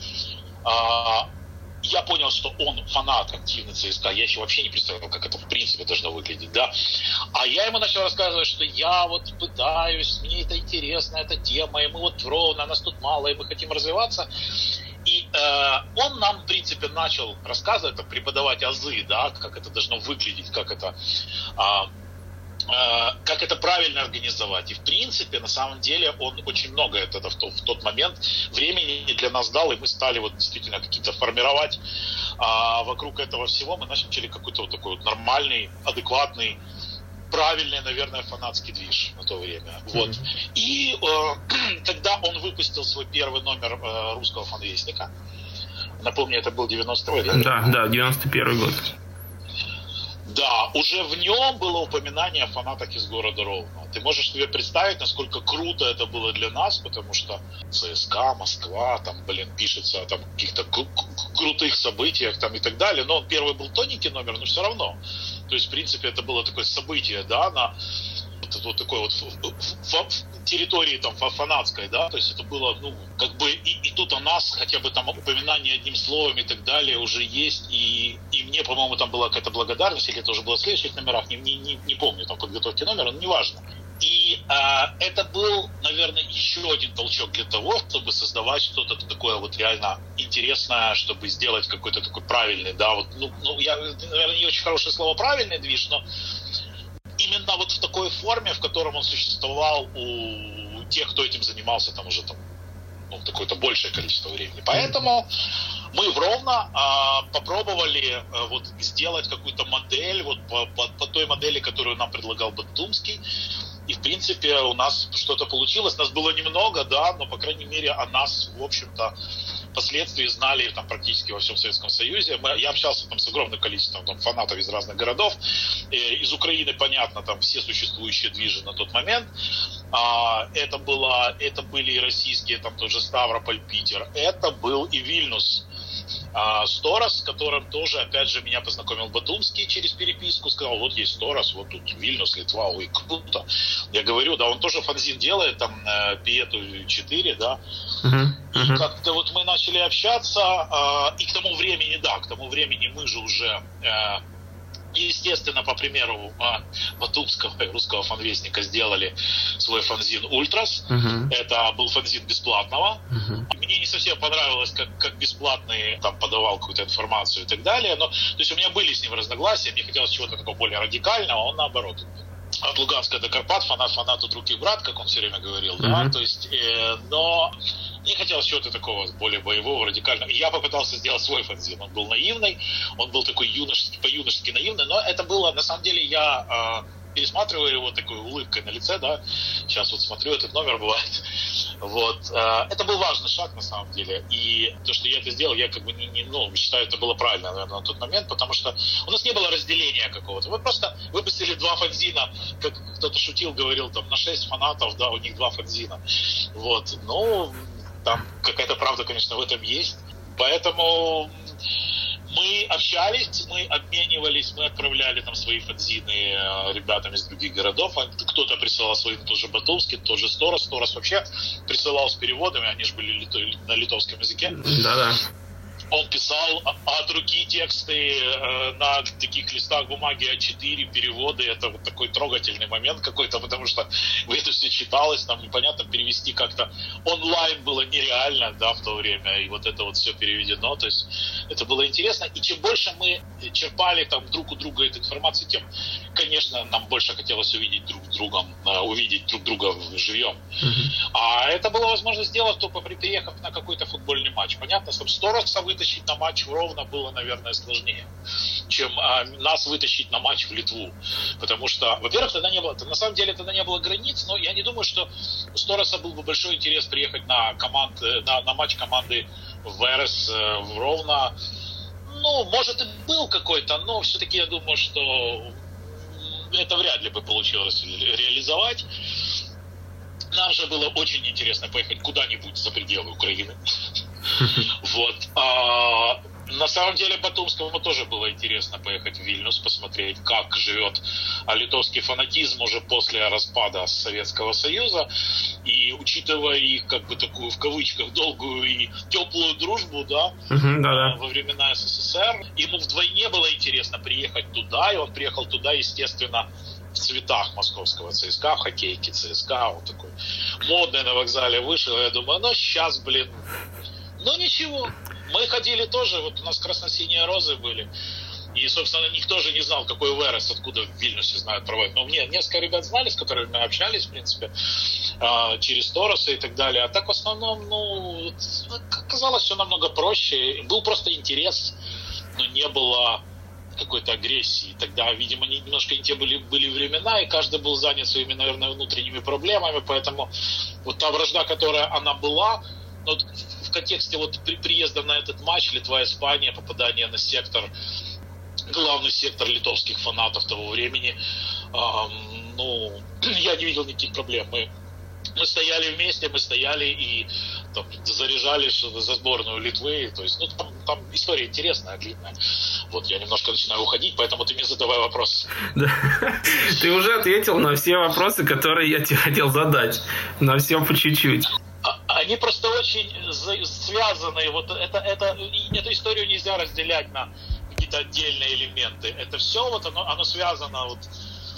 а, я понял, что он фанат активный ЦСКА. Я еще вообще не представлял, как это в принципе должно выглядеть, да. А я ему начал рассказывать, что я вот пытаюсь, мне это интересно, эта тема, и мы вот ровно, нас тут мало, и мы хотим развиваться. И э, он нам, в принципе, начал рассказывать, преподавать азы, да, как это должно выглядеть, как это, э, э, как это правильно организовать. И, в принципе, на самом деле, он очень много это в, то, в тот момент времени для нас дал, и мы стали вот действительно какие-то формировать э, вокруг этого всего. Мы начали какой-то вот такой вот нормальный, адекватный, правильный, наверное, фанатский движ на то время. Mm-hmm. Вот. И э, тогда он выпустил свой первый номер э, русского фанвестника. Напомню, это был девяносто второй, да? Да, да, девяносто первый год. Да, уже в нем было упоминание о фанатах из города Ровно. Ты можешь себе представить, насколько круто это было для нас, потому что ЦСКА, Москва, там, блин, пишется о там, каких-то кру- крутых событиях там, и так далее. Но он первый был тоненький номер, но все равно. То есть, в принципе, это было такое событие, да, на вот, вот такой вот в территории там фанатской, да, то есть это было, ну, как бы и, и тут о нас хотя бы там упоминание одним словом и так далее уже есть, и, и мне, по-моему, там была какая-то благодарность, или это уже было в следующих номерах, не, не, не помню, там, подготовки номера, но неважно. И а, это был, наверное, еще один толчок для того, чтобы создавать что-то такое вот реально интересное, чтобы сделать какой-то такой правильный, да, вот, ну, ну я, наверное, не очень хорошее слово «правильный» движ, но именно вот в такой форме, в котором он существовал у тех, кто этим занимался там уже там, ну, какое-то большее количество времени. Поэтому мы в Ровно а, попробовали а, вот сделать какую-то модель вот по, по, по той модели, которую нам предлагал Батумский. И, в принципе, у нас что-то получилось. Нас было немного, да, но, по крайней мере, о нас, в общем-то, впоследствии знали там практически во всем Советском Союзе. Мы, я общался там с огромным количеством там, фанатов из разных городов. Э, из Украины, понятно, там все существующие движи на тот момент. А, это, было, это были и российские, там тоже Ставрополь, Питер. Это был и Вильнюс. Сторос, с которым тоже, опять же, меня познакомил Батумский через переписку, сказал, вот есть Сторос, вот тут Вильнюс, Литва, ой, круто. Я говорю, да, он тоже фанзин делает, там, Пиету четыре, да. Uh-huh. Uh-huh. И как-то вот мы начали общаться, и к тому времени, да, к тому времени мы же уже... Естественно, по примеру Батумского русского фанвестника сделали свой фанзин «Ультрас». Uh-huh. Это был фанзин бесплатного. Uh-huh. Мне не совсем понравилось, как, как бесплатный там подавал какую-то информацию и так далее. Но, то есть у меня были с ним разногласия, мне хотелось чего-то такого более радикального, он наоборот. От Луганска до Карпат, фанат фанату друг и брат, как он все время говорил. Uh-huh. Да? То есть, э, но мне хотелось чего-то такого более боевого, радикального. И я попытался сделать свой фанзин. Он был наивный, он был такой юношеский, по-юношески наивный, но это было, на самом деле, я э, пересматриваю его такой улыбкой на лице, да. Сейчас вот смотрю, этот номер бывает. Вот. Это был важный шаг, на самом деле. И то, что я это сделал, я как бы не, не ну, считаю, это было правильно, наверное, на тот момент, потому что у нас не было разделения какого-то. Мы просто выпустили два фанзина, как кто-то шутил, говорил, там, на шесть фанатов, да, у них два фанзина. Вот. Ну, там какая-то правда, конечно, в этом есть. Поэтому мы общались, мы обменивались, мы отправляли там свои фанзины ребятам из других городов. Кто-то присылал свои, тот же Батумский, тот же Сторос. Сторос вообще присылал с переводами, они же были на литовском языке. Да-да. Он писал от руки тексты э, на таких листах бумаги а четыре, переводы. Это вот такой трогательный момент какой-то, потому что это все читалось, там непонятно перевести как-то. Онлайн было нереально, да, в то время, и вот это вот все переведено. То есть это было интересно. И чем больше мы черпали там друг у друга эту информацию, тем, конечно, нам больше хотелось увидеть друг другом, э, увидеть друг друга живьем. Mm-hmm. А это было возможно сделать только приехав на какой-то футбольный матч. Понятно, чтобы Стороса вытащить на матч в Ровно было, наверное, сложнее, чем а, нас вытащить на матч в Литву. Потому что, во-первых, тогда не было, на самом деле тогда не было границ, но я не думаю, что у Стороса был бы большой интерес приехать на, команд, на, на матч команды Верес в Ровно. Ну, может, и был какой-то, но все-таки я думаю, что это вряд ли бы получилось реализовать. Нам же было очень интересно поехать куда-нибудь за пределы Украины. Вот. А, на самом деле Батумскому тоже было интересно поехать в Вильнюс, посмотреть, как живет литовский фанатизм уже после распада Советского Союза. И учитывая их, как бы такую, в кавычках, долгую и теплую дружбу, да, uh-huh, да, да. во времена СССР, ему вдвойне было интересно приехать туда, и он приехал туда, естественно, в цветах московского ЦСКА, в хоккейке ЦСКА, вот такой модный на вокзале вышел. Я думаю, ну сейчас, блин, ну ничего. Мы ходили тоже, вот у нас красно-синие розы были. И, собственно, никто же не знал, какой Верес, откуда в Вильнюсе знают проводить. Но мне несколько ребят знали, с которыми мы общались, в принципе, через Тороса и так далее. А так в основном, ну, казалось все намного проще. Был просто интерес, но не было какой-то агрессии. Тогда, видимо, немножко не те были, были времена, и каждый был занят своими, наверное, внутренними проблемами, поэтому вот та вражда, которая она была, вот в контексте вот при, приезда на этот матч Литва-Испания, попадание на сектор, главный сектор литовских фанатов того времени, эм, ну, я не видел никаких проблем. Мы, мы стояли вместе, мы стояли и там, заряжали за сборную Литвы. То есть, ну, там, там история интересная, длинная. Вот, я немножко начинаю уходить, поэтому ты мне задавай вопрос. Да. Ты уже ответил на все вопросы, которые я тебе хотел задать. На все по чуть-чуть. Они просто очень связаны. Вот это, это, эту историю нельзя разделять на какие-то отдельные элементы. Это все вот оно, оно связано вот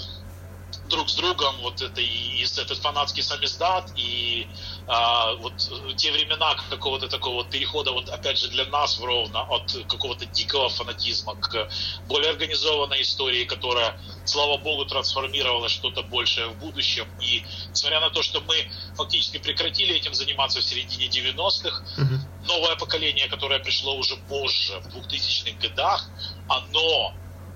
друг с другом. Вот это и, и этот фанатский самиздат, и а, вот те времена какого-то такого вот перехода, вот опять же для нас в Ровно, от какого-то дикого фанатизма к более организованной истории, которая, слава богу, трансформировалась в что-то большее в будущем. И несмотря на то, что мы фактически прекратили этим заниматься в середине девяностых, mm-hmm. новое поколение, которое пришло уже позже, в двухтысячных годах, оно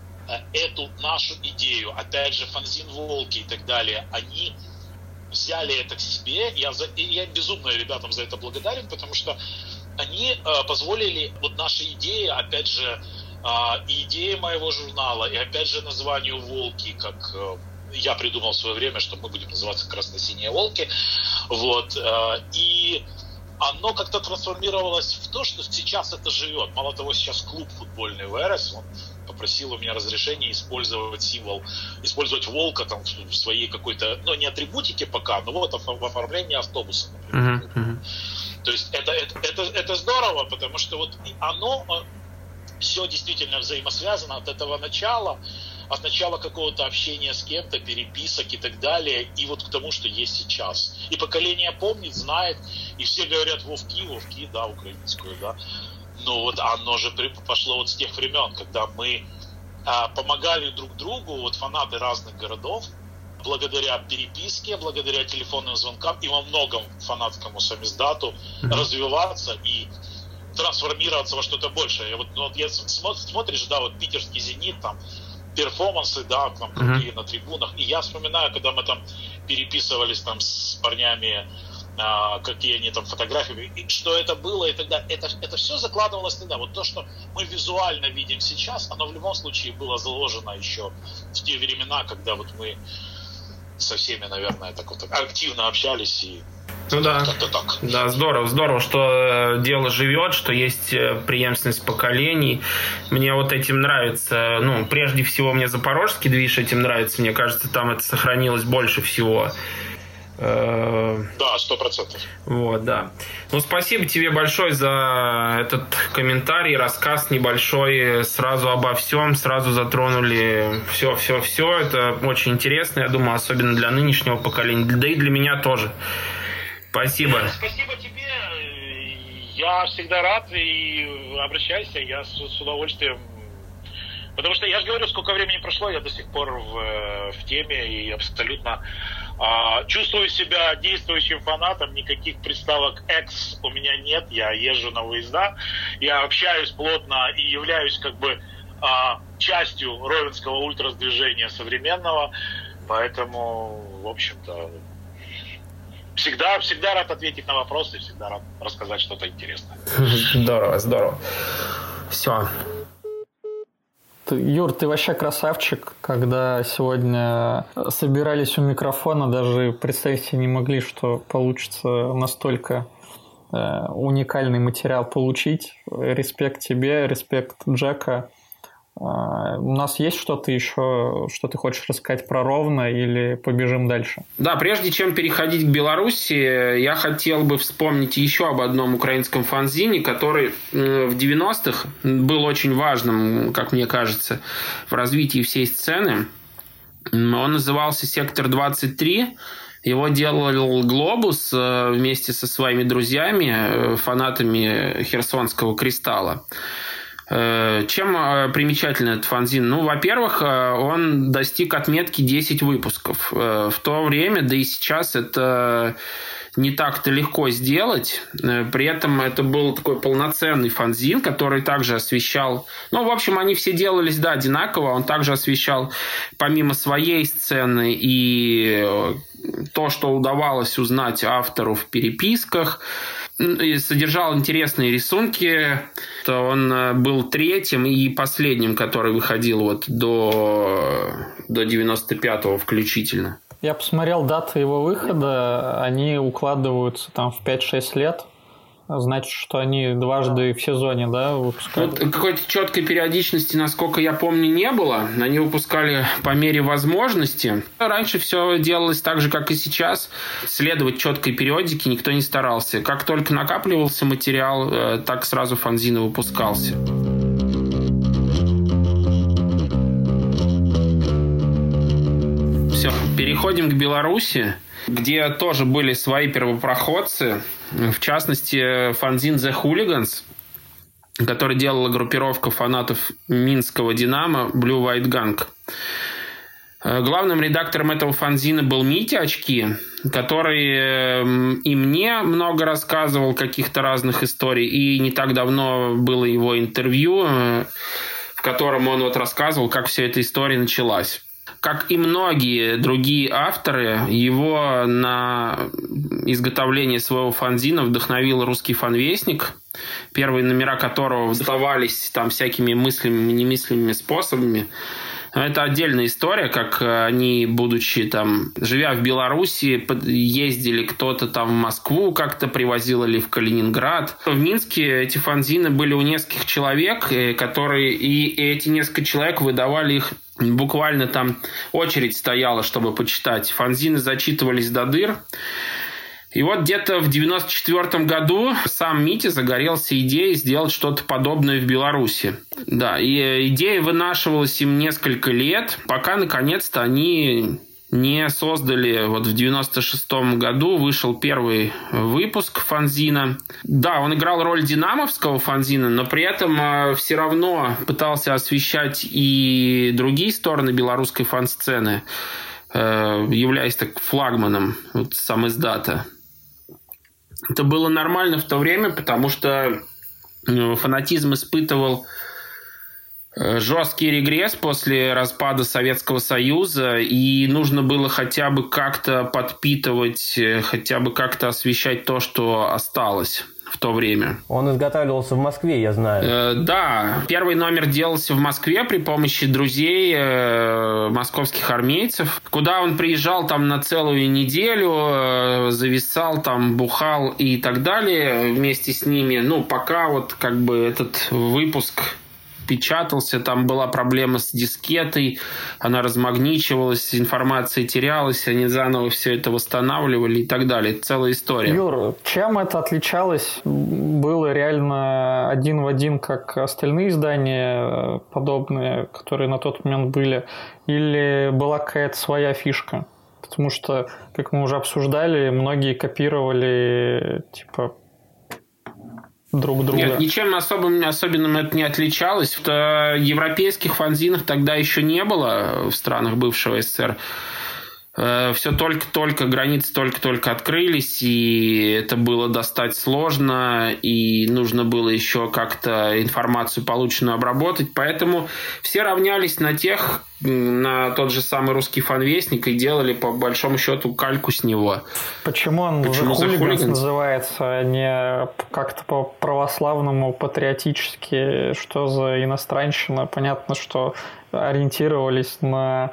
эту нашу идею, опять же, фанзин «Волки» и так далее, они взяли это к себе. Я, за, я безумно ребятам за это благодарен, потому что они э, позволили вот наши идеи, опять же, э, и идеи моего журнала, и опять же названию «Волки», как э, я придумал в свое время, что мы будем называться «Красно-синие волки». Вот, э, и оно как-то трансформировалось в то, что сейчас это живет. Мало того, сейчас клуб футбольный Верес, он попросил у меня разрешения использовать символ, использовать волка там в своей какой-то, ну, не атрибутике пока, но вот в оформлении автобуса, например. Uh-huh, uh-huh. То есть это, это, это, это здорово, потому что вот оно все действительно взаимосвязано от этого начала, от начала какого-то общения с кем-то, переписок и так далее, и вот к тому, что есть сейчас. И поколение помнит, знает, и все говорят «Вовки, Вовки», да, украинскую, да. Ну вот оно же пошло вот с тех времен, когда мы а, помогали друг другу, вот фанаты разных городов, благодаря переписке, благодаря телефонным звонкам и во многом фанатскому самиздату mm-hmm. развиваться и трансформироваться во что-то большее. Я вот, ну, вот я смотришь, да, вот питерский «Зенит», там, перформансы, да, там, крутые mm-hmm. на трибунах, и я вспоминаю, когда мы там переписывались там с парнями а, какие они там фотографии, и что это было, и тогда это, это все закладывалось тогда. Вот то, что мы визуально видим сейчас, оно в любом случае было заложено еще в те времена, когда вот мы со всеми, наверное, так вот активно общались и ну да. как-то так. Да, здорово, здорово, что дело живет, что есть преемственность поколений. Мне вот этим нравится. Ну, прежде всего, мне запорожский движ этим нравится. Мне кажется, там это сохранилось больше всего. Да, сто процентов. Вот, да. Ну, спасибо тебе большое за этот комментарий, рассказ небольшой, сразу обо всем, сразу затронули все-все-все. Это очень интересно, я думаю, особенно для нынешнего поколения, да и для меня тоже. Спасибо. Спасибо тебе. Я всегда рад, и обращайся, я с, с удовольствием. Потому что я же говорю, сколько времени прошло, я до сих пор в, в теме и абсолютно а, чувствую себя действующим фанатом. Никаких приставок X у меня нет. Я езжу на выезда, я общаюсь плотно и являюсь как бы а, частью ровенского ультрас-движения современного. Поэтому, в общем-то, всегда, всегда рад ответить на вопросы, всегда рад рассказать что-то интересное. Здорово, здорово. Все. Юр, ты вообще красавчик. Когда сегодня собирались у микрофона, даже представить себе не могли, что получится настолько э, уникальный материал получить. Респект тебе, респект Джека. Uh, у нас есть что-то еще, что ты хочешь рассказать про Ровно, или побежим дальше? Да, прежде чем переходить к Беларуси, я хотел бы вспомнить еще об одном украинском фанзине, который в девяностых был очень важным, как мне кажется, в развитии всей сцены. Он назывался «Сектор двадцать три». Его делал «Глобус» вместе со своими друзьями, фанатами Херсонского «Кристалла». Чем примечателен этот фанзин? Ну, во-первых, он достиг отметки десять выпусков. В то время, да и сейчас, это не так-то легко сделать. При этом это был такой полноценный фанзин, который также освещал... Ну, в общем, они все делались, да, одинаково. Он также освещал, помимо своей сцены, и то, что удавалось узнать автору в переписках, и содержал интересные рисунки. Он был третьим и последним, который выходил вот до, до девяносто пятого включительно. Я посмотрел даты его выхода, они укладываются там в пять-шесть лет. Значит, что они дважды в сезоне, да, выпускают? Вот какой-то четкой периодичности, насколько я помню, не было. Они выпускали по мере возможности. Раньше все делалось так же, как и сейчас. Следовать четкой периодике никто не старался. Как только накапливался материал, так сразу фанзин выпускался. Все, переходим к Беларуси, где тоже были свои первопроходцы. В частности, фанзин The Hooligans, который делала группировка фанатов минского «Динамо» Blue White Gang. Главным редактором этого фанзина был Митя Очки, который и мне много рассказывал каких-то разных историй, и не так давно было его интервью, в котором он вот рассказывал, как вся эта история началась. Как и многие другие авторы, его на изготовление своего фанзина вдохновил «Русский фанвестник», первые номера которого вздавались там всякими мыслимыми и немыслимыми способами. Но это отдельная история, как они, будучи там, живя в Беларуси, ездили кто-то там в Москву, как-то привозил или в Калининград. В Минске эти фанзины были у нескольких человек, которые, и эти несколько человек выдавали их. Буквально там очередь стояла, чтобы почитать. Фанзины зачитывались до дыр. И вот где-то в девяносто четвёртом году сам Митя загорелся идеей сделать что-то подобное в Беларуси. Да, и идея вынашивалась им несколько лет, пока наконец-то они не создали. Вот в девяносто шестом году вышел первый выпуск фанзина. Да, он играл роль динамовского фанзина, но при этом все равно пытался освещать и другие стороны белорусской фан-сцены, являясь так флагманом вот, сам издата. Это было нормально в то время, потому что фанатизм испытывал жесткий регресс после распада Советского Союза, и нужно было хотя бы как-то подпитывать, хотя бы как-то освещать то, что осталось в то время. Он изготавливался в Москве, я знаю. Э, да, первый номер делался в Москве при помощи друзей э, московских армейцев, куда он приезжал там на целую неделю, э, зависал там, бухал и так далее вместе с ними. Ну, пока вот как бы этот выпуск печатался, там была проблема с дискетой, она размагничивалась, информация терялась, они заново все это восстанавливали и так далее. Целая история. Юр, чем это отличалось? Было реально один в один, как остальные издания подобные, которые на тот момент были, или была какая-то своя фишка? Потому что, как мы уже обсуждали, многие копировали, типа, друг друга. Нет, ничем особым, особенным это не отличалось. В европейских фанзинах тогда еще не было в странах бывшего СССР. Все только-только, границы только-только открылись, и это было достать сложно, и нужно было еще как-то информацию полученную обработать. Поэтому все равнялись на тех, на тот же самый русский фанвестник, и делали по большому счету кальку с него. Почему он Почему The The Hooligans Hooligans называется, а не как-то по-православному, патриотически? Что за иностранщина? Понятно, что ориентировались на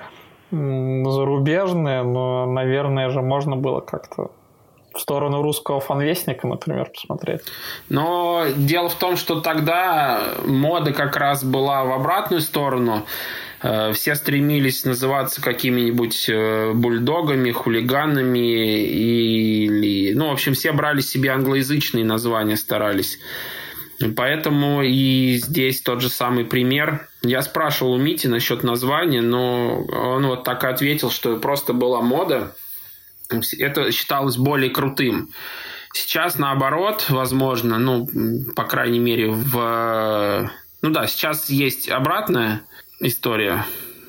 зарубежные, но, наверное же, можно было как-то в сторону русского фанвестника, например, посмотреть. Но дело в том, что тогда мода как раз была в обратную сторону. Все стремились называться какими-нибудь бульдогами, хулиганами или... Ну, в общем, все брали себе англоязычные названия, старались. Поэтому и здесь тот же самый пример. Я спрашивал у Мити насчет названия, но он вот так и ответил, что просто была мода. Это считалось более крутым. Сейчас наоборот, возможно, ну, по крайней мере, в... Ну да, сейчас есть обратная история.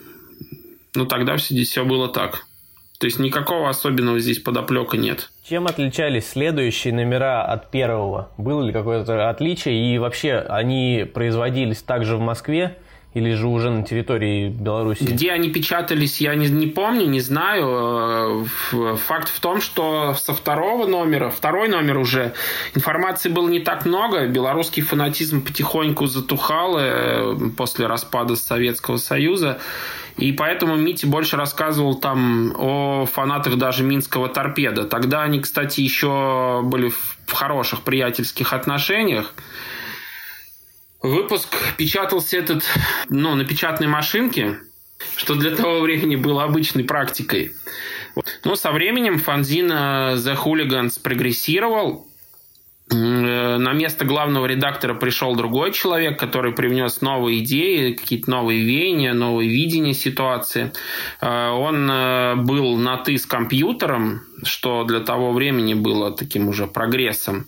Но тогда все, все было так. То есть никакого особенного здесь подоплека нет. Чем отличались следующие номера от первого? Было ли какое-то отличие? И вообще они производились также в Москве или же уже на территории Беларуси? Где они печатались, я не, не помню, не знаю. Факт в том, что со второго номера, второй номер уже, информации было не так много. Белорусский фанатизм потихоньку затухал после распада Советского Союза. И поэтому Митя больше рассказывал там о фанатах даже Минского торпеда. Тогда они, кстати, еще были в хороших приятельских отношениях. Выпуск печатался этот, ну, на печатной машинке, что для того времени было обычной практикой. Но со временем фанзин The Hooligans прогрессировал. На место главного редактора пришел другой человек, который привнес новые идеи, какие-то новые веяния, новые видения ситуации. Он был на «ты» с компьютером, что для того времени было таким уже прогрессом.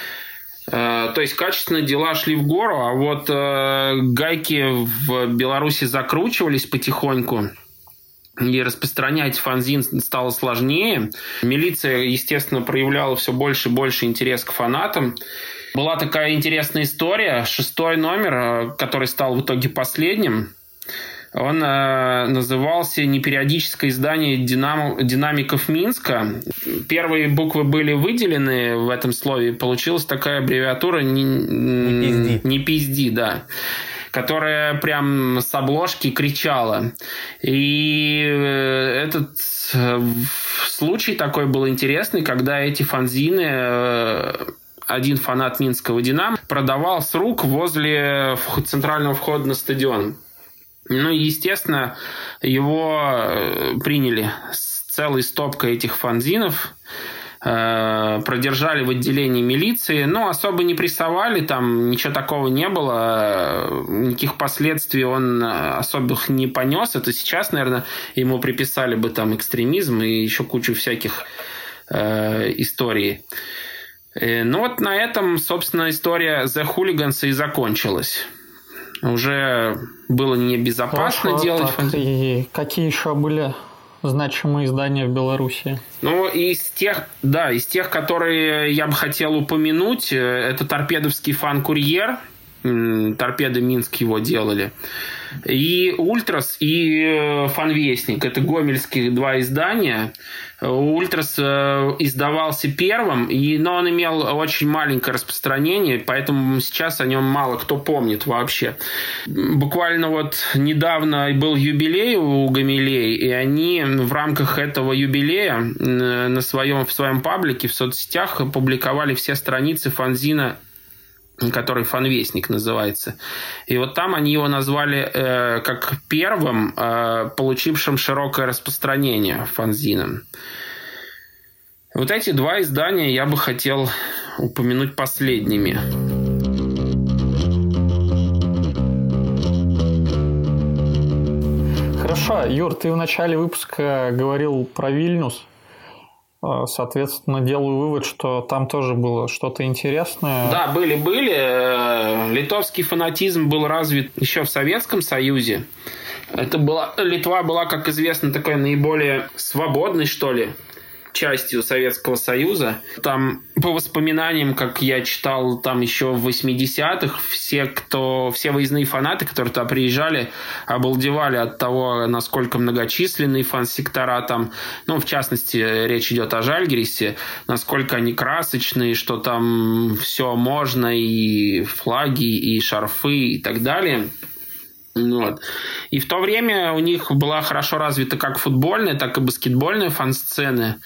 То есть качественно дела шли в гору, а вот гайки в Беларуси закручивались потихоньку. И распространять фанзин стало сложнее. Милиция, естественно, проявляла все больше и больше интерес к фанатам. Была такая интересная история. Шестой номер, который стал в итоге последним, он э, назывался «Непериодическое издание динам... динамиков Минска». Первые буквы были выделены в этом слове. Получилась такая аббревиатура «Не, не пизди». «Не пизди», да. Которая прям с обложки кричала. И этот случай такой был интересный, когда эти фанзины, один фанат Минского «Динамо» продавал с рук возле центрального входа на стадион. Ну, естественно, его приняли с целой стопкой этих фанзинов, продержали в отделении милиции, но особо не прессовали, там ничего такого не было, никаких последствий он особых не понес. Это сейчас, наверное, ему приписали бы там экстремизм и еще кучу всяких э, историй. Ну вот на этом, собственно, история The Hooligans и закончилась. Уже было небезопасно Хорошо, делать. Так, и какие еще были значимые издания в Беларуси? Ну, из тех, да, из тех, которые я бы хотел упомянуть, это торпедовский «Фан-Курьер». Торпеда Минск его делали. И Ультрас, и Фанвестник. Это гомельских два издания. Ультрас издавался первым, и, но он имел очень маленькое распространение, поэтому сейчас о нем мало кто помнит вообще. Буквально вот недавно был юбилей у Гомелей, и они в рамках этого юбилея на своем, в своем паблике в соцсетях опубликовали все страницы фанзина, который «Фанвестник» называется. И вот там они его назвали э, как первым, э, получившим широкое распространение фанзином. Вот эти два издания я бы хотел упомянуть последними. Хорошо, Юр, ты в начале выпуска говорил про Вильнюс. Соответственно, делаю вывод, что там тоже было что-то интересное. Да, были-были. Литовский фанатизм был развит еще в Советском Союзе. Это была, Литва была, как известно, такой наиболее свободной, что ли, частью Советского Союза. Там, по воспоминаниям, как я читал там еще в восьмидесятых, все, кто, все выездные фанаты, которые туда приезжали, обалдевали от того, насколько многочисленные фан-сектора там, ну, в частности, речь идет о Жальгирисе, насколько они красочные, что там все можно, и флаги, и шарфы, и так далее. Вот. И в то время у них была хорошо развита как футбольная, так и баскетбольная фан-сцена.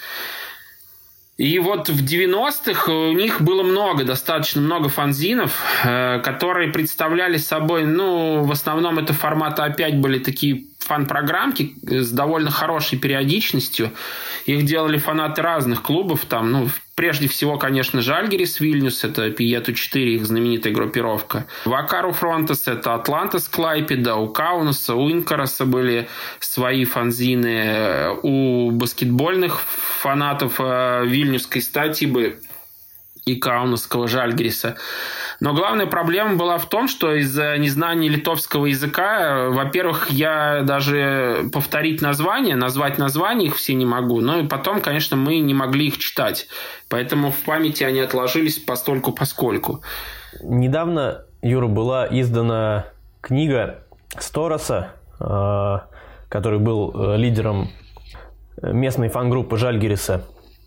И вот в девяностых у них было много, достаточно много фанзинов, которые представляли собой, ну, в основном это форматы опять были такие фан-программки с довольно хорошей периодичностью. Их делали фанаты разных клубов. Там, ну, прежде всего, конечно, Жальгирис Вильнюс, это Пиету четыре, их знаменитая группировка. Вакару Фронтес, это Атлантас Клайпеда, у Каунаса, у Инкараса были свои фанзины. У баскетбольных фанатов Вильнюсской Статибы и Каунасского Жальгириса. Но главная проблема была в том, что из-за незнания литовского языка, во-первых, я даже повторить названия, назвать названия их все не могу, но и потом, конечно, мы не могли их читать. Поэтому в памяти они отложились постольку-поскольку. Недавно, Юра, была издана книга Стороса, который был лидером местной фан-группы Жальгириса,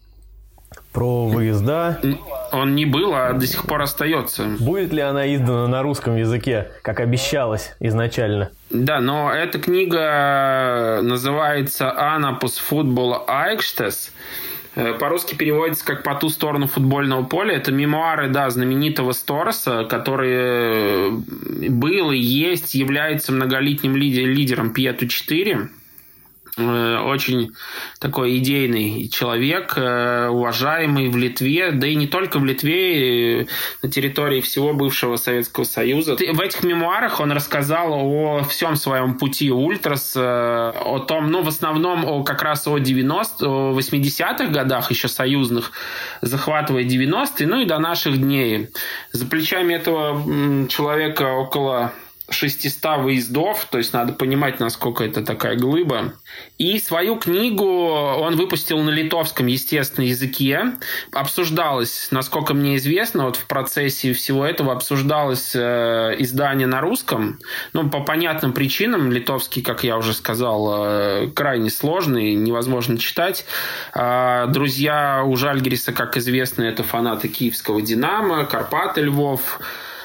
про выезда. Он не был, а до сих пор остается. Будет ли она издана на русском языке, как обещалось изначально? Да, но эта книга называется «Анапус футбола Айкштес». По-русски переводится как «По ту сторону футбольного поля». Это мемуары, да, знаменитого Стороса, который был и есть, является многолетним лидером Пиету четыре. Очень такой идейный человек, уважаемый в Литве, да и не только в Литве, на территории всего бывшего Советского Союза. В этих мемуарах он рассказал о всем своем пути Ультрас, о том, ну, в основном о, как раз о девяностых, о восьмидесятых годах еще союзных, захватывая девяностые, ну и до наших дней. За плечами этого человека около шестисот выездов, то есть надо понимать, насколько это такая глыба. И свою книгу он выпустил на литовском, естественно, языке. Обсуждалось, насколько мне известно, вот в процессе всего этого обсуждалось э, издание на русском. Ну, по понятным причинам, литовский, как я уже сказал, э, крайне сложный, невозможно читать. А друзья у Жальгириса, как известно, это фанаты киевского «Динамо», «Карпаты», «Львов».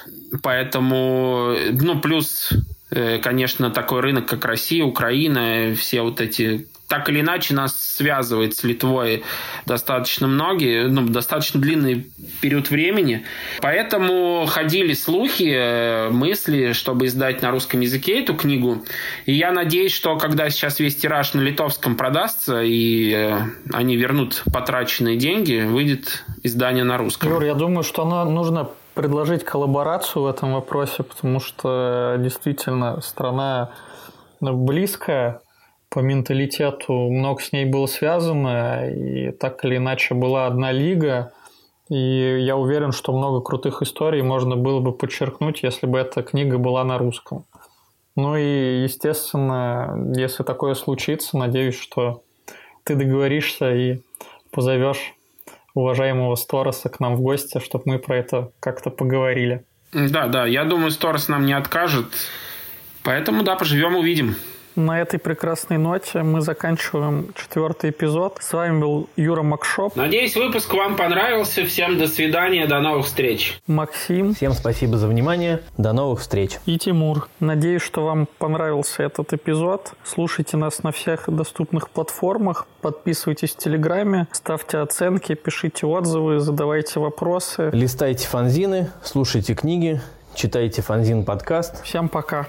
Поэтому, ну, плюс, конечно, такой рынок, как Россия, Украина, все вот эти... Так или иначе нас связывает с Литвой достаточно многие, ну, достаточно длинный период времени. Поэтому ходили слухи, мысли, чтобы издать на русском языке эту книгу. И я надеюсь, что когда сейчас весь тираж на литовском продастся, и они вернут потраченные деньги, выйдет издание на русском. Юр, я думаю, что оно нужно предложить коллаборацию в этом вопросе, потому что действительно страна близкая по менталитету, много с ней было связано, и так или иначе была одна лига, и я уверен, что много крутых историй можно было бы подчеркнуть, если бы эта книга была на русском. Ну и, естественно, если такое случится, надеюсь, что ты договоришься и позовешь уважаемого Стороса к нам в гости, чтобы мы про это как-то поговорили. Да, да, я думаю, Сторос нам не откажет. Поэтому, да, поживем, увидим. На этой прекрасной ноте мы заканчиваем четвертый эпизод. С вами был Юра Макшоп. Надеюсь, выпуск вам понравился. Всем до свидания, до новых встреч. Максим. Всем спасибо за внимание. До новых встреч. И Тимур. Надеюсь, что вам понравился этот эпизод. Слушайте нас на всех доступных платформах. Подписывайтесь в Телеграме. Ставьте оценки, пишите отзывы, задавайте вопросы. Листайте фанзины, слушайте книги, читайте фанзин подкаст. Всем пока.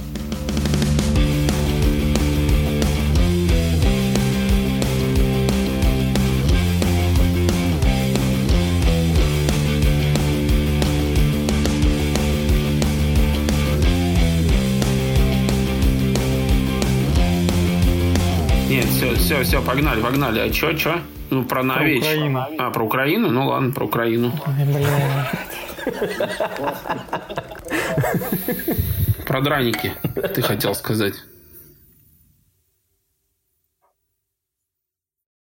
Нет, все, все, все, погнали, погнали. А чё, чё? Ну, про Нави. Про Украину. А, про Украину? Ну, ладно, про Украину. Ой, бля. Про драники, ты хотел сказать.